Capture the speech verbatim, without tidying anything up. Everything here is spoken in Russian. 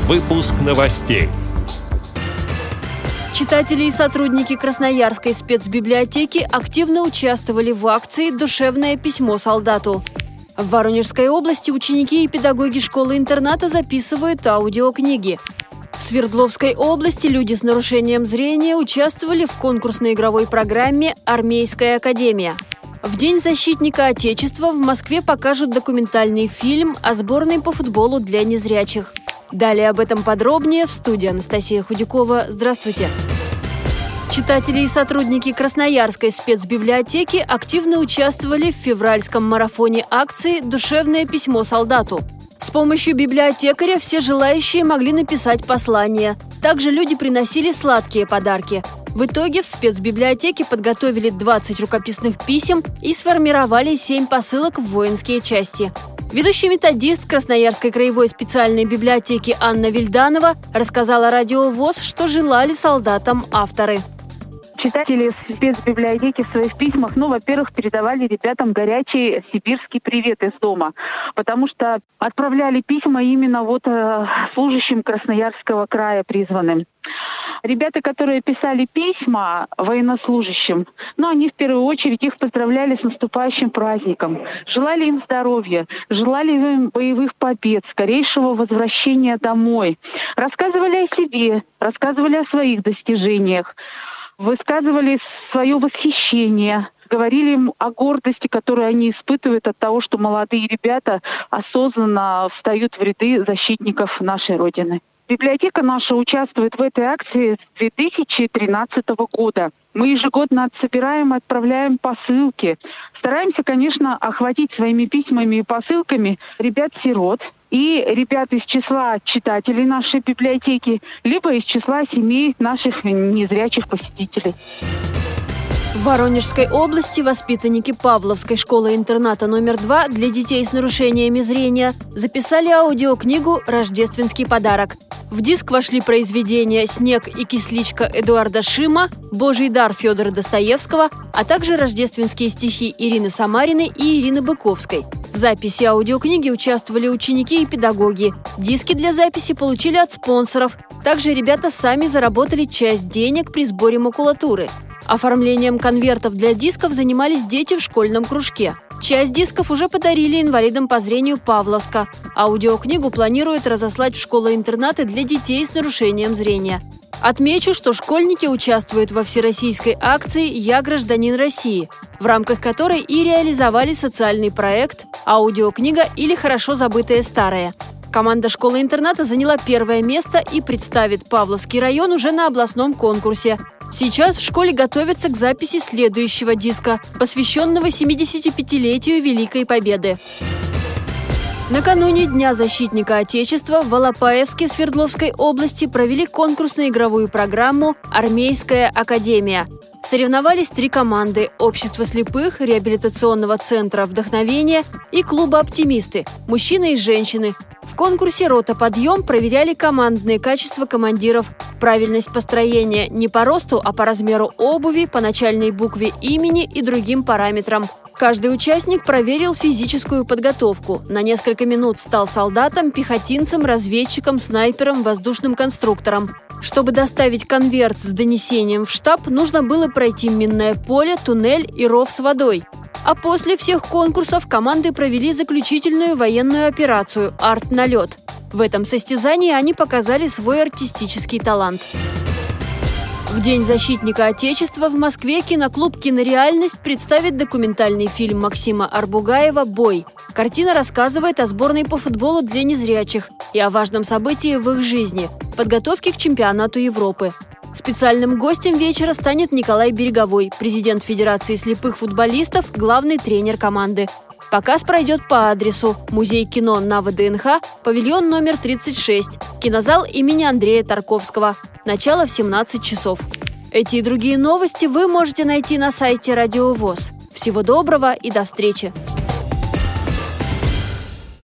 Выпуск новостей. Читатели и сотрудники Красноярской спецбиблиотеки активно участвовали в акции «Душевное письмо солдату». В Воронежской области ученики и педагоги школы-интерната записывают аудиокниги. В Свердловской области люди с нарушением зрения участвовали в конкурсной игровой программе «Армейская академия». В День защитника Отечества в Москве покажут документальный фильм о сборной по футболу для незрячих. Далее об этом подробнее в студии Анастасия Худякова. Здравствуйте! Читатели и сотрудники Красноярской спецбиблиотеки активно участвовали в февральском марафоне акции «Душевное письмо солдату». С помощью библиотекаря все желающие могли написать послание. Также люди приносили сладкие подарки. В итоге в спецбиблиотеке подготовили двадцать рукописных писем и сформировали семь посылок в воинские части. Ведущий методист Красноярской краевой специальной библиотеки Анна Вильданова рассказала радио ВОС, что желали солдатам авторы. Читатели спецбиблиотеки в своих письмах, ну, во-первых, передавали ребятам горячий сибирский привет из дома, потому что отправляли письма именно вот э, служащим Красноярского края призванным. Ребята, которые писали письма военнослужащим, ну, они в первую очередь их поздравляли с наступающим праздником, желали им здоровья, желали им боевых побед, скорейшего возвращения домой, рассказывали о себе, рассказывали о своих достижениях, высказывали свое восхищение, говорили им о гордости, которую они испытывают от того, что молодые ребята осознанно встают в ряды защитников нашей Родины. Библиотека наша участвует в этой акции с две тысячи тринадцатого года. Мы ежегодно собираем и отправляем посылки. Стараемся, конечно, охватить своими письмами и посылками ребят-сирот и ребят из числа читателей нашей библиотеки, либо из числа семей наших незрячих посетителей. В Воронежской области воспитанники Павловской школы-интерната номер два для детей с нарушениями зрения записали аудиокнигу «Рождественский подарок». В диск вошли произведения «Снег и кисличка» Эдуарда Шима, «Божий дар» Федора Достоевского, а также рождественские стихи Ирины Самариной и Ирины Быковской. В записи аудиокниги участвовали ученики и педагоги. Диски для записи получили от спонсоров. Также ребята сами заработали часть денег при сборе макулатуры. Оформлением конвертов для дисков занимались дети в школьном кружке. Часть дисков уже подарили инвалидам по зрению Павловска. Аудиокнигу планируют разослать в школы-интернаты для детей с нарушением зрения. Отмечу, что школьники участвуют во всероссийской акции «Я гражданин России», в рамках которой и реализовали социальный проект «Аудиокнига или хорошо забытое старое». Команда школы-интерната заняла первое место и представит Павловский район уже на областном конкурсе. Сейчас в школе готовятся к записи следующего диска, посвященного семидесятипятилетию Великой Победы. Накануне Дня защитника Отечества в Алапаевске Свердловской области провели конкурсно-игровую программу «Армейская академия». Соревновались три команды – Общество слепых, реабилитационного центра «Вдохновение» и клуба «Оптимисты» – мужчины и женщины. В конкурсе «Рота Подъем» проверяли командные качества командиров, правильность построения не по росту, а по размеру обуви, по начальной букве имени и другим параметрам. Каждый участник проверил физическую подготовку. На несколько минут стал солдатом, пехотинцем, разведчиком, снайпером, воздушным конструктором. Чтобы доставить конверт с донесением в штаб, нужно было пройти минное поле, туннель и ров с водой. А после всех конкурсов команды провели заключительную военную операцию «Арт-налет». В этом состязании они показали свой артистический талант. В День защитника Отечества в Москве киноклуб «Кинореальность» представит документальный фильм Максима Арбугаева «Бой». Картина рассказывает о сборной по футболу для незрячих и о важном событии в их жизни – подготовке к чемпионату Европы. Специальным гостем вечера станет Николай Береговой, президент Федерации слепых футболистов, главный тренер команды. Показ пройдет по адресу: Музей кино на ВДНХ, павильон номер тридцать шесть, кинозал имени Андрея Тарковского. Начало в семнадцать часов. Эти и другие новости вы можете найти на сайте Радио ВОС. Всего доброго и до встречи!